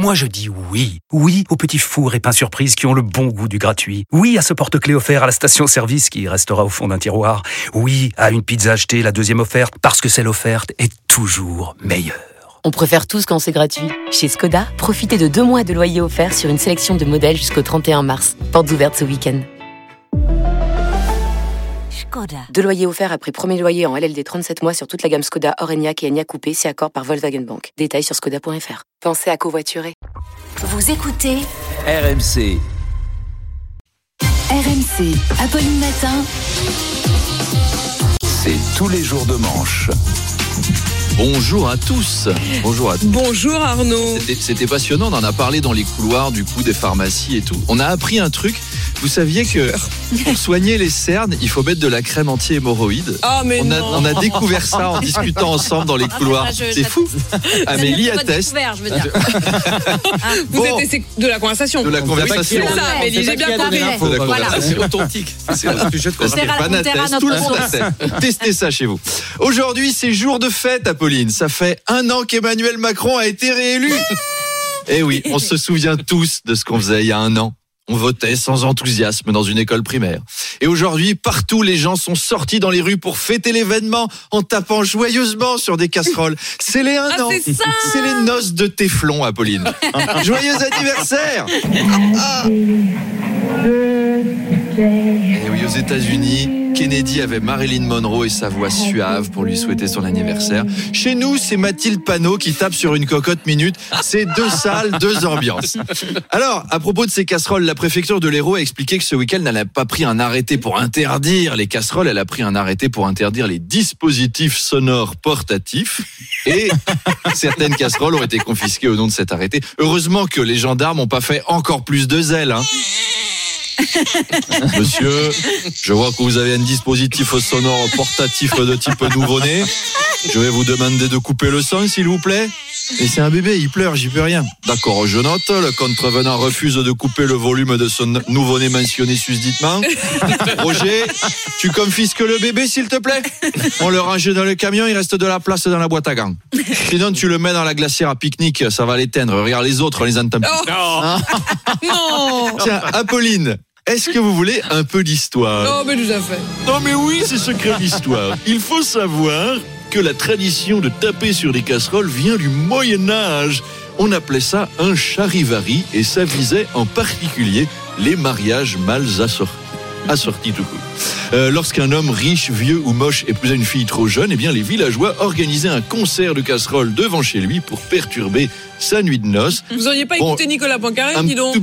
Moi je dis oui. Oui aux petits fours et pains surprises qui ont le bon goût du gratuit. Oui à ce porte-clés offert à la station-service qui restera au fond d'un tiroir. Oui à une pizza achetée, la deuxième offerte, parce que celle offerte est toujours meilleure. On préfère tous quand c'est gratuit. Chez Skoda, profitez de 2 mois de loyer offert sur une sélection de modèles jusqu'au 31 mars. Portes ouvertes ce week-end. 2 loyers offerts après premier loyer en LLD 37 mois sur toute la gamme Skoda, Orenia et Enyaq Coupé, si accord par Volkswagen Bank. Détails sur skoda.fr. Pensez à covoiturer. Vous écoutez RMC. RMC, Apolline Matin. C'est tous les jours de manche. Bonjour à tous. Bonjour à tous. Bonjour Arnaud. C'était passionnant, on en a parlé dans les couloirs du coup des pharmacies et tout. On a appris un truc. Vous saviez que pour soigner les cernes, il faut mettre de la crème anti-hémorroïde. Ah mais on a découvert ça en discutant ensemble dans les couloirs. C'est fou. Amélie atteste. Vous êtes essayé de la conversation. De la conversation. C'est ça, Amélie, j'ai bien compris. De la conversation authentique. C'est un sujet qu'on atteste. Tout le monde atteste. Testez ça chez vous. Aujourd'hui, c'est jour de fête, Apolline. Ça fait 1 an qu'Emmanuel Macron a été réélu. Eh oui, on se souvient tous de ce qu'on faisait il y a 1 an. On votait sans enthousiasme dans une école primaire. Et aujourd'hui, partout, les gens sont sortis dans les rues pour fêter l'événement en tapant joyeusement sur des casseroles. C'est les 1 an. C'est les noces de Téflon, Apolline. Joyeux anniversaire. Et oui, aux États-Unis, Kennedy avait Marilyn Monroe et sa voix suave pour lui souhaiter son anniversaire. Chez nous, c'est Mathilde Panot qui tape sur une cocotte minute. C'est 2 salles, 2 ambiances. Alors, à propos de ces casseroles, la préfecture de l'Hérault a expliqué que ce week-end, elle n'a pas pris un arrêté pour interdire les casseroles, elle a pris un arrêté pour interdire les dispositifs sonores portatifs. Et certaines casseroles ont été confisquées au nom de cet arrêté. Heureusement que les gendarmes n'ont pas fait encore plus de zèle, hein. Monsieur, je vois que vous avez un dispositif sonore portatif de type nouveau-né. Je vais vous demander de couper le son, s'il vous plaît. Et c'est un bébé, il pleure, j'y peux rien. D'accord, je note. Le contrevenant refuse de couper le volume de son nouveau-né mentionné susditement. Roger, tu confisques le bébé, s'il te plaît. On le range dans le camion, il reste de la place dans la boîte à gants. Sinon, tu le mets dans la glacière à pique-nique, ça va l'éteindre. Regarde les autres, on les entend plus. Oh. Non. Tiens, Apolline, est-ce que vous voulez un peu d'histoire? Oh, mais tout à fait. Non mais oui, c'est secret d'histoire. Il faut savoir que la tradition de taper sur des casseroles vient du Moyen-Âge. On appelait ça un charivari et ça visait en particulier les mariages mal assortis tout court. Lorsqu'un homme riche, vieux ou moche épousait une fille trop jeune, eh bien les villageois organisaient un concert de casseroles devant chez lui pour perturber sa nuit de noces. Vous auriez pas écouté Nicolas Poincaré, dis donc.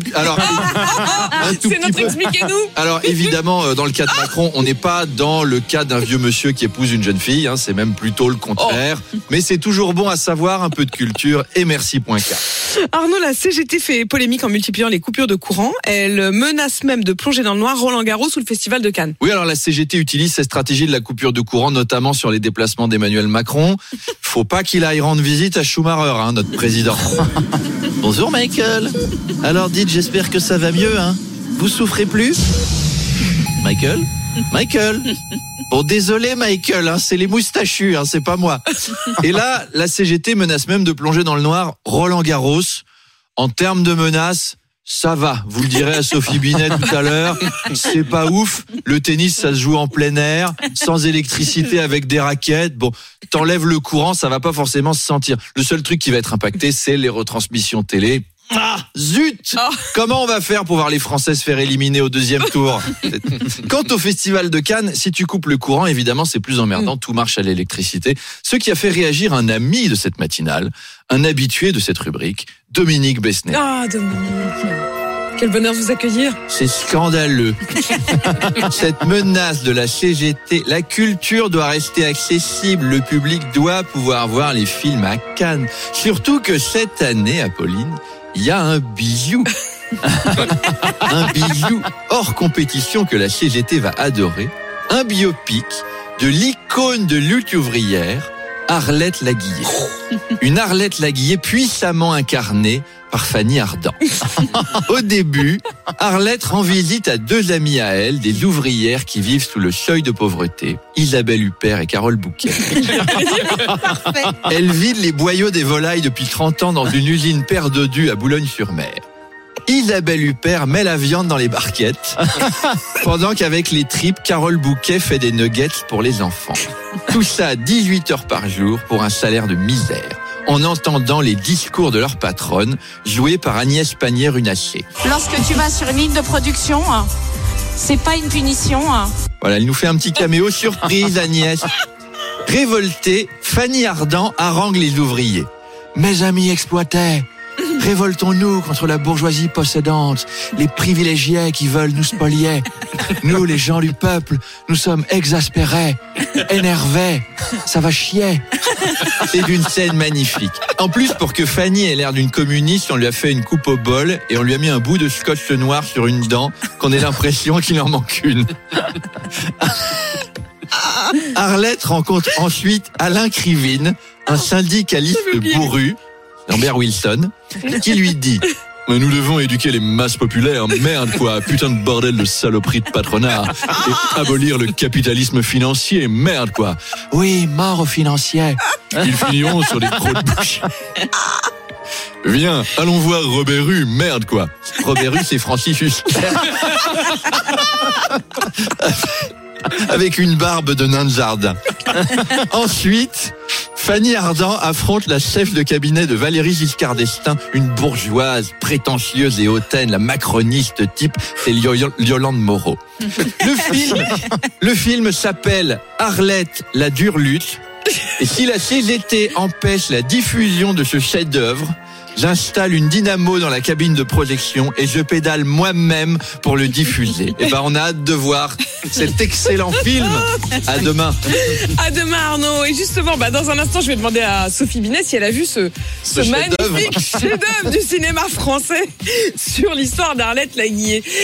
C'est notre expliquez-nous. Alors évidemment, dans le cas de Macron, on n'est pas dans le cas d'un vieux monsieur qui épouse une jeune fille, hein, c'est même plutôt le contraire. Mais c'est toujours bon à savoir, un peu de culture, et merci Poincaré. Arnaud, la CGT fait polémique en multipliant les coupures de courant. Elle menace même de plonger dans le noir Roland-Garros sous le Festival de Cannes. Oui, alors la CGT utilise cette stratégie de la coupure de courant, notamment sur les déplacements d'Emmanuel Macron. Faut pas qu'il aille rendre visite à Schumacher, hein, notre président. Bonjour Michael. Alors dites, j'espère que ça va mieux, hein. Vous souffrez plus? Michael? Bon, désolé Michael, hein, c'est les moustachus, hein, c'est pas moi. Et là, la CGT menace même de plonger dans le noir Roland-Garros. En termes de menaces, ça va, vous le direz à Sophie Binet tout à l'heure, c'est pas ouf, le tennis ça se joue en plein air, sans électricité avec des raquettes, bon, t'enlèves le courant, ça va pas forcément se sentir. Le seul truc qui va être impacté, c'est les retransmissions télé. Ah, zut! Comment on va faire pour voir les Français se faire éliminer au 2e tour? Quant au Festival de Cannes, si tu coupes le courant, évidemment, c'est plus emmerdant, tout marche à l'électricité. Ce qui a fait réagir un ami de cette matinale, un habitué de cette rubrique, Dominique Besnéard. Ah, Dominique. Quel bonheur de vous accueillir. C'est scandaleux. Cette menace de la CGT, la culture doit rester accessible, le public doit pouvoir voir les films à Cannes. Surtout que cette année, Apolline, il y a un bijou. Un bijou hors compétition que la CGT va adorer. Un biopic de l'icône de lutte ouvrière, Arlette Laguillet. Une Arlette Laguillet puissamment incarnée par Fanny Ardant. Au début, Arlette rend visite à 2 amies à elle, des ouvrières qui vivent sous le seuil de pauvreté, Isabelle Huppert et Carole Bouquet. Elle vide les boyaux des volailles depuis 30 ans dans une usine Père Dodu à Boulogne-sur-Mer. Isabelle Huppert met la viande dans les barquettes, pendant qu'avec les tripes, Carole Bouquet fait des nuggets pour les enfants. Tout ça à 18 heures par jour pour un salaire de misère, en entendant les discours de leur patronne, joués par Agnès Pannier-Runacher. Lorsque tu vas sur une ligne de production, c'est pas une punition. Voilà, elle nous fait un petit caméo surprise, Agnès. Révoltée, Fanny Ardant harangue les ouvriers. Mes amis exploités, révoltons-nous contre la bourgeoisie possédante, les privilégiés qui veulent nous spolier. Nous, les gens du peuple, nous sommes exaspérés, énervés, ça va chier. C'est d'une scène magnifique. En plus, pour que Fanny ait l'air d'une communiste, on lui a fait une coupe au bol et on lui a mis un bout de scotch noir sur une dent, qu'on ait l'impression qu'il en manque une. Arlette rencontre ensuite Alain Krivine, un syndicaliste bourru, Lambert Wilson, qui lui dit: mais nous devons éduquer les masses populaires, merde quoi, putain de bordel de saloperie de patronat, et abolir le capitalisme financier, merde quoi. Oui, mort aux financiers. Ils finiront sur des crocs de bouche. Viens, allons voir Robert Rue, merde quoi. Robert Rue, c'est Francis Huster. Avec une barbe de nain de jardin. Ensuite, Fanny Ardant affronte la chef de cabinet de Valéry Giscard d'Estaing, une bourgeoise prétentieuse et hautaine, la macroniste type, c'est Yolande Moreau. Le film s'appelle Arlette, la dure lutte. Et si la CGT empêche la diffusion de ce chef-d'œuvre, j'installe une dynamo dans la cabine de projection et je pédale moi-même pour le diffuser. Et on a hâte de voir cet excellent film. À demain. À demain, Arnaud. Et justement, dans un instant, je vais demander à Sophie Binet si elle a vu ce magnifique chef-d'œuvre du cinéma français sur l'histoire d'Arlette Laguiller.